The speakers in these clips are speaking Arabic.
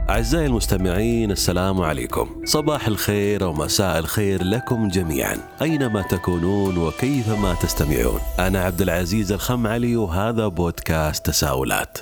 أعزائي المستمعين، السلام عليكم. صباح الخير ومساء الخير لكم جميعا أينما تكونون وكيفما تستمعون. أنا عبد العزيز الخمعلي وهذا بودكاست تساؤلات.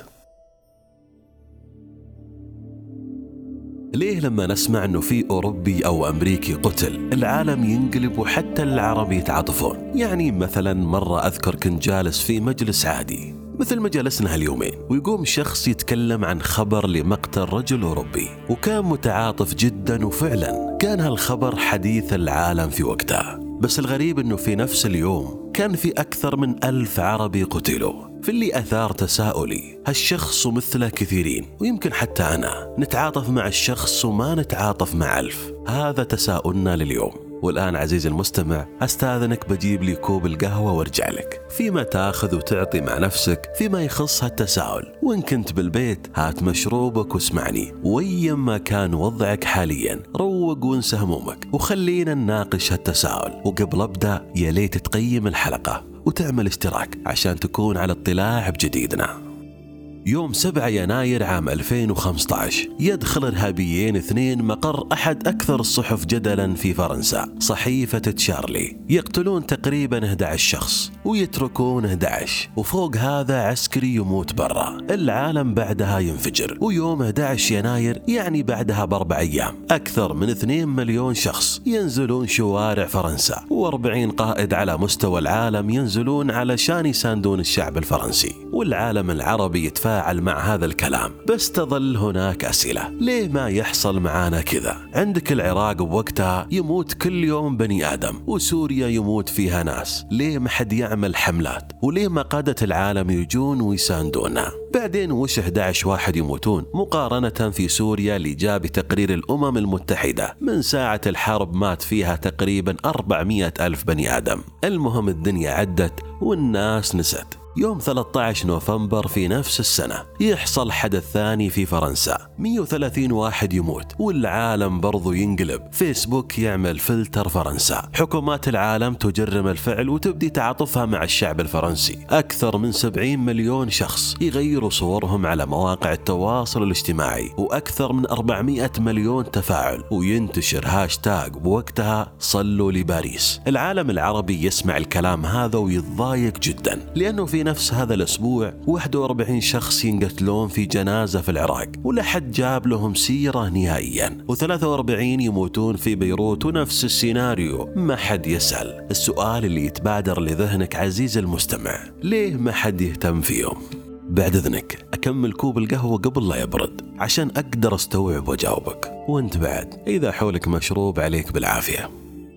ليه لما نسمع أنه في أوروبي أو أمريكي قتل العالم ينقلب وحتى العرب يتعاطفون؟ يعني مثلا مرة أذكر كنت جالس في مجلس عادي مثل مجلسنا هاليومين، ويقوم شخص يتكلم عن خبر لمقتل رجل أوروبي، وكان متعاطف جدا، وفعلا كان هالخبر حديث العالم في وقتها. بس الغريب أنه في نفس اليوم كان في أكثر من 1000 عربي قتلوا. في اللي أثار تساؤلي، هالشخص ومثله كثيرين، ويمكن حتى أنا نتعاطف مع الشخص وما نتعاطف مع 1000. هذا تساؤلنا لليوم. والآن عزيزي المستمع، أستاذنك بجيب لي كوب القهوة وارجع لك فيما تاخذ وتعطي مع نفسك فيما يخص هالتساؤل. وإن كنت بالبيت هات مشروبك واسمعني، وأيما كان وضعك حاليا روق وانسى همومك وخلينا نناقش هالتساؤل. وقبل أبدأ يا ليت تقيم الحلقة وتعمل اشتراك عشان تكون على اطلاع بجديدنا. يوم 7 يناير عام 2015 يدخل إرهابيين 2 مقر أحد أكثر الصحف جدلا في فرنسا، صحيفة تشارلي. يقتلون تقريبا 11 شخص ويتركون 11، وفوق هذا عسكري يموت برا. العالم بعدها ينفجر. ويوم 11 يناير يعني بعدها ب4 أيام أكثر من 2 مليون شخص ينزلون شوارع فرنسا، و40 قائد على مستوى العالم ينزلون علشان يساندون الشعب الفرنسي. والعالم العربي يتفاعل مع هذا الكلام. بس تظل هناك أسئلة، ليه ما يحصل معانا كذا؟ عندك العراق بوقتها يموت كل يوم بني آدم، وسوريا يموت فيها ناس، ليه ما حد يعمل حملات؟ وليه ما قادة العالم يجون ويساندونا؟ بعدين وش 11 واحد يموتون مقارنة في سوريا اللي جاء بتقرير الأمم المتحدة من ساعة الحرب مات فيها تقريبا 400 ألف بني آدم. المهم الدنيا عدت والناس نست. يوم 13 نوفمبر في نفس السنة يحصل حدث ثاني في فرنسا، 130 واحد يموت والعالم برضو ينقلب. فيسبوك يعمل فلتر فرنسا، حكومات العالم تجرم الفعل وتبدي تعاطفها مع الشعب الفرنسي. أكثر من 70 مليون شخص يغيروا صورهم على مواقع التواصل الاجتماعي، وأكثر من 400 مليون تفاعل، وينتشر هاشتاج بوقتها صلوا لباريس. العالم العربي يسمع الكلام هذا ويتضايق جدا، لأنه في نفس هذا الأسبوع 41 شخص ينقتلون في جنازة في العراق ولا حد جاب لهم سيرة نهائيا، و43 يموتون في بيروت ونفس السيناريو ما حد يسأل. السؤال اللي يتبادر لذهنك عزيز المستمع، ليه ما حد يهتم فيهم؟ بعد إذنك أكمل كوب القهوة قبل لا يبرد عشان أقدر أستوعب وأجاوبك، وانت بعد إذا حولك مشروب عليك بالعافية.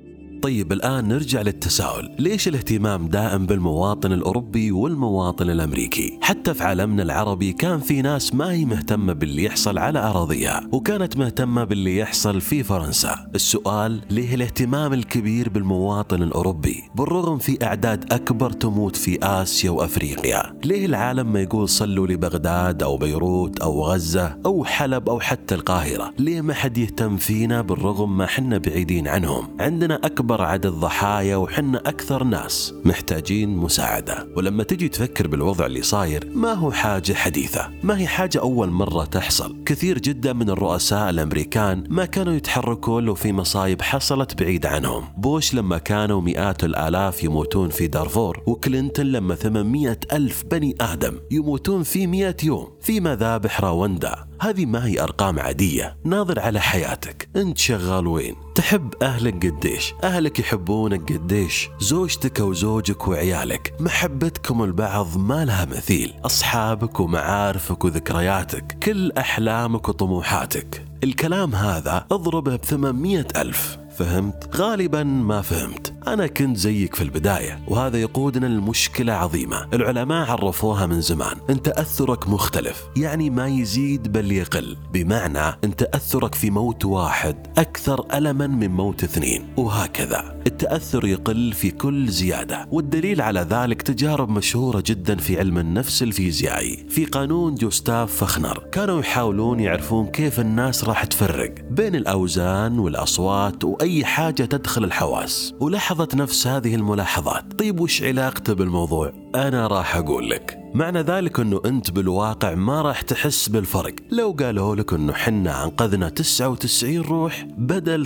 طيب الآن نرجع للتساؤل، ليش الاهتمام دائم بالمواطن الأوروبي والمواطن الأمريكي؟ حتى في عالمنا العربي كان في ناس ما هي مهتمة باللي يحصل على أراضيها، وكانت مهتمة باللي يحصل في فرنسا. السؤال، ليه الاهتمام الكبير بالمواطن الأوروبي بالرغم في أعداد أكبر تموت في آسيا وأفريقيا؟ ليه العالم ما يقول صلوا لبغداد أو بيروت أو غزة أو حلب أو حتى القاهرة؟ ليه ما حد يهتم فينا بالرغم ما حنا بعيدين عنهم؟ عندنا أكبر عدد ضحايا وحنا أكثر ناس محتاجين مساعدة. ولما تجي تفكر بالوضع اللي صاير، ما هو حاجة حديثة، ما هي حاجة أول مرة تحصل. كثير جدا من الرؤساء الأمريكان ما كانوا يتحركوا لو في مصايب حصلت بعيد عنهم. بوش لما كانوا مئات الآلاف يموتون في دارفور، وكلينتون لما 800 ألف بني آدم يموتون في 100 يوم في مذابح راوندا. هذه ما هي أرقام عادية. ناظر على حياتك، أنت شغال وين؟ تحب أهلك قديش؟ أهلك يحبونك قديش؟ زوجتك أو زوجك وعيالك محبتكم البعض ما لها مثيل. أصحابك ومعارفك وذكرياتك، كل أحلامك وطموحاتك. الكلام هذا أضربه ب800 ألف. فهمت؟ غالبا ما فهمت. أنا كنت زيك في البداية، وهذا يقودنا لمشكلة عظيمة العلماء عرفوها من زمان. أنت تأثرك مختلف، يعني ما يزيد بل يقل. بمعنى أن تأثرك في موت واحد أكثر ألما من موت 2، وهكذا. التأثر يقل في كل زيادة، والدليل على ذلك تجارب مشهورة جدا في علم النفس الفيزيائي. في قانون جوستاف فخنر كانوا يحاولون يعرفون كيف الناس راح تفرق بين الأوزان والأصوات وأي حاجة تدخل الحواس، ولاحظت نفس هذه الملاحظات. طيب وش علاقته بالموضوع؟ أنا راح أقول لك. معنى ذلك أنه أنت بالواقع ما راح تحس بالفرق لو قالوا لك أنه حنا أنقذنا 99 روح بدل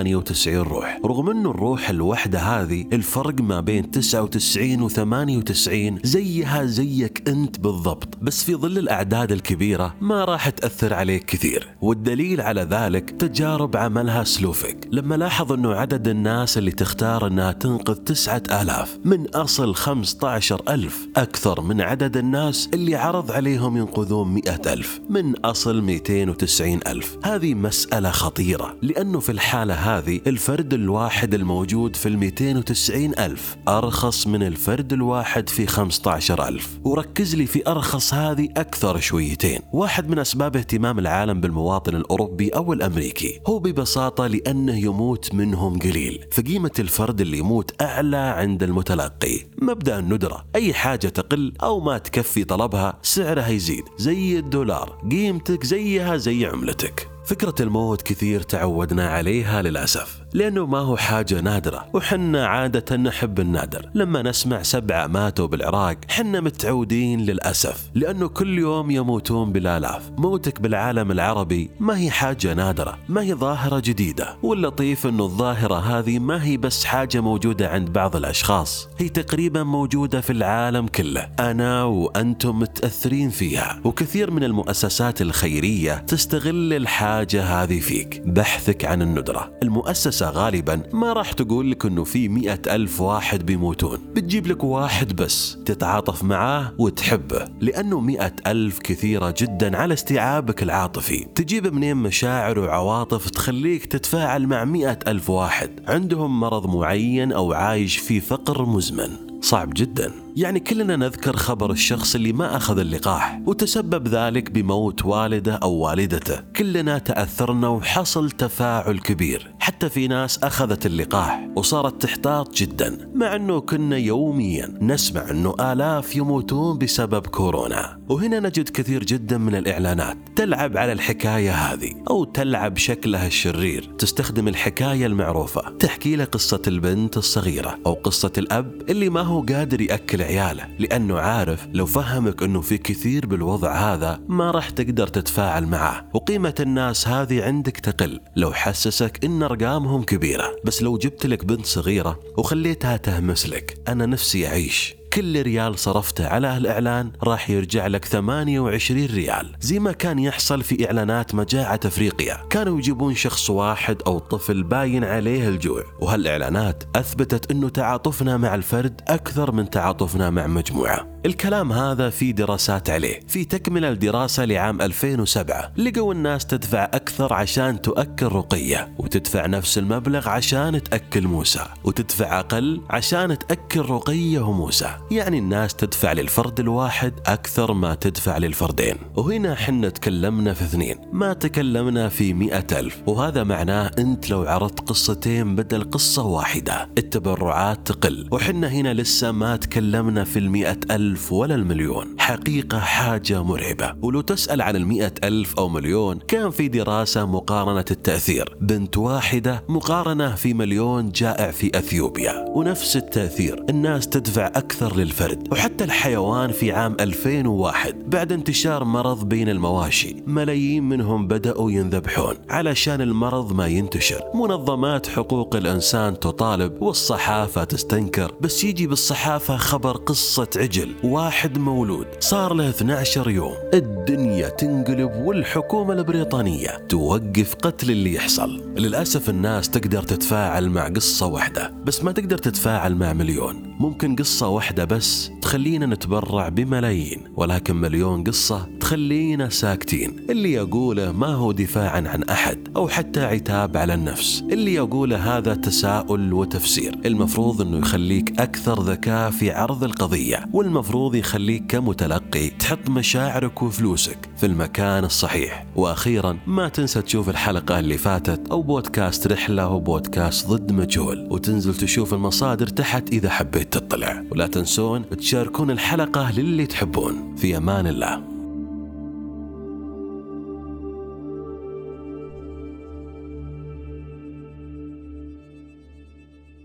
98 روح، رغم أنه الروح الوحدة هذه الفرق ما بين 99 و 98 زيها زيك أنت بالضبط، بس في ظل الأعداد الكبيرة ما راح تأثر عليك كثير. والدليل على ذلك تجارب عملها سلوفيك لما لاحظ أنه عدد الناس اللي تختار أنها تنقذ 9000 من أصل 15000 أكثر من عدد الناس اللي عرض عليهم ينقذون 100,000 من أصل 290,000. هذه مسألة خطيرة، لأنه في الحالة هذه الفرد الواحد الموجود في 290,000 أرخص من الفرد الواحد في 15,000. وركز لي في أرخص هذه أكثر شويتين. واحد من أسباب اهتمام العالم بالمواطن الأوروبي أو الأمريكي هو ببساطة لأنه يموت منهم قليل، فقيمة الفرد اللي يموت أعلى عند المتلقي. مبدأ الندرة، أي حاجة تقل أو ما تكفي طلبها سعرها يزيد، زي الدولار قيمتك زيها زي عملتك. فكرة الموت كثير تعودنا عليها للأسف، لأنه ما هو حاجة نادرة، وحنا عادة نحب النادر. لما نسمع 7 ماتوا بالعراق حنا متعودين للأسف، لأنه كل يوم يموتون بالآلاف. موتك بالعالم العربي ما هي حاجة نادرة، ما هي ظاهرة جديدة. واللطيف أنه الظاهرة هذه ما هي بس حاجة موجودة عند بعض الأشخاص، هي تقريبا موجودة في العالم كله. أنا وأنتم متأثرين فيها، وكثير من المؤسسات الخيرية تستغل الحاجة هذه فيك. بحثك عن الندرة، المؤسسة غالبا ما راح تقول لك انه في 100,000 واحد بيموتون، بتجيب لك واحد بس تتعاطف معاه وتحبه، لأنه 100,000 كثيرة جدا على استيعابك العاطفي. تجيب منين مشاعر وعواطف تخليك تتفاعل مع 100,000 واحد عندهم مرض معين أو عايش في فقر مزمن؟ صعب جدا. يعني كلنا نذكر خبر الشخص اللي ما أخذ اللقاح وتسبب ذلك بموت والده أو والدته. كلنا تأثرنا وحصل تفاعل كبير. حتى في ناس أخذت اللقاح وصارت تحتاط جدا، مع أنه كنا يوميا نسمع أنه آلاف يموتون بسبب كورونا. وهنا نجد كثير جدا من الإعلانات تلعب على الحكاية هذه، أو تلعب شكلها الشرير. تستخدم الحكاية المعروفة، تحكي لك قصة البنت الصغيرة أو قصة الأب اللي ما هو قادر يأكل عياله، لأنه عارف لو فهمك أنه في كثير بالوضع هذا ما راح تقدر تتفاعل معه، وقيمة الناس هذه عندك تقل لو حسسك إن أرقامهم كبيرة. بس لو جبت لك بنت صغيرة وخليتها تهمس لك أنا نفسي أعيش، كل ريال صرفته على هالإعلان راح يرجع لك 28 ريال. زي ما كان يحصل في إعلانات مجاعة أفريقيا، كانوا يجيبون شخص واحد أو طفل باين عليه الجوع، وهالإعلانات أثبتت أنه تعاطفنا مع الفرد أكثر من تعاطفنا مع مجموعة. الكلام هذا في دراسات عليه. في تكملة الدراسة لعام 2007 لقوا الناس تدفع أكثر عشان تؤكل رقية، وتدفع نفس المبلغ عشان تأكل موسى، وتدفع أقل عشان تأكل رقية وموسى. يعني الناس تدفع للفرد الواحد أكثر ما تدفع للفردين. وهنا حنا تكلمنا في 2، ما تكلمنا في 100,000. وهذا معناه أنت لو عرضت قصتين بدل قصة واحدة التبرعات تقل. وحنا هنا لسه ما تكلمنا في 100,000 ولا المليون. حقيقة حاجة مرعبة. ولو تسأل عن 100,000 أو مليون، كان في دراسة مقارنة التأثير، بنت واحدة مقارنة في مليون جائع في أثيوبيا، ونفس التأثير. الناس تدفع أكثر للفرد. وحتى الحيوان في عام 2001 بعد انتشار مرض بين المواشي، ملايين منهم بدأوا ينذبحون علشان المرض ما ينتشر. منظمات حقوق الإنسان تطالب والصحافة تستنكر، بس يجي بالصحافة خبر قصة عجل واحد مولود صار له 12 يوم، الدنيا تنقلب والحكومة البريطانية توقف قتل اللي يحصل. للأسف الناس تقدر تتفاعل مع قصة واحدة، بس ما تقدر تتفاعل مع مليون. ممكن قصة واحدة بس تخلينا نتبرع بملايين، ولكن مليون قصة تخلينا ساكتين. اللي يقوله ما هو دفاعا عن أحد أو حتى عتاب على النفس، اللي يقوله هذا تساؤل وتفسير. المفروض أنه يخليك أكثر ذكاء في عرض القضية، والمفروض يخليك كمتلقي تحط مشاعرك وفلوسك في المكان الصحيح. وأخيرا ما تنسى تشوف الحلقة اللي فاتت أو بودكاست رحلة وبودكاست ضد مجهول، وتنزل تشوف المصادر تحت إذا حبيت تطلع. ولا تنسون تشاركون الحلقة للي تحبون. في أمان الله.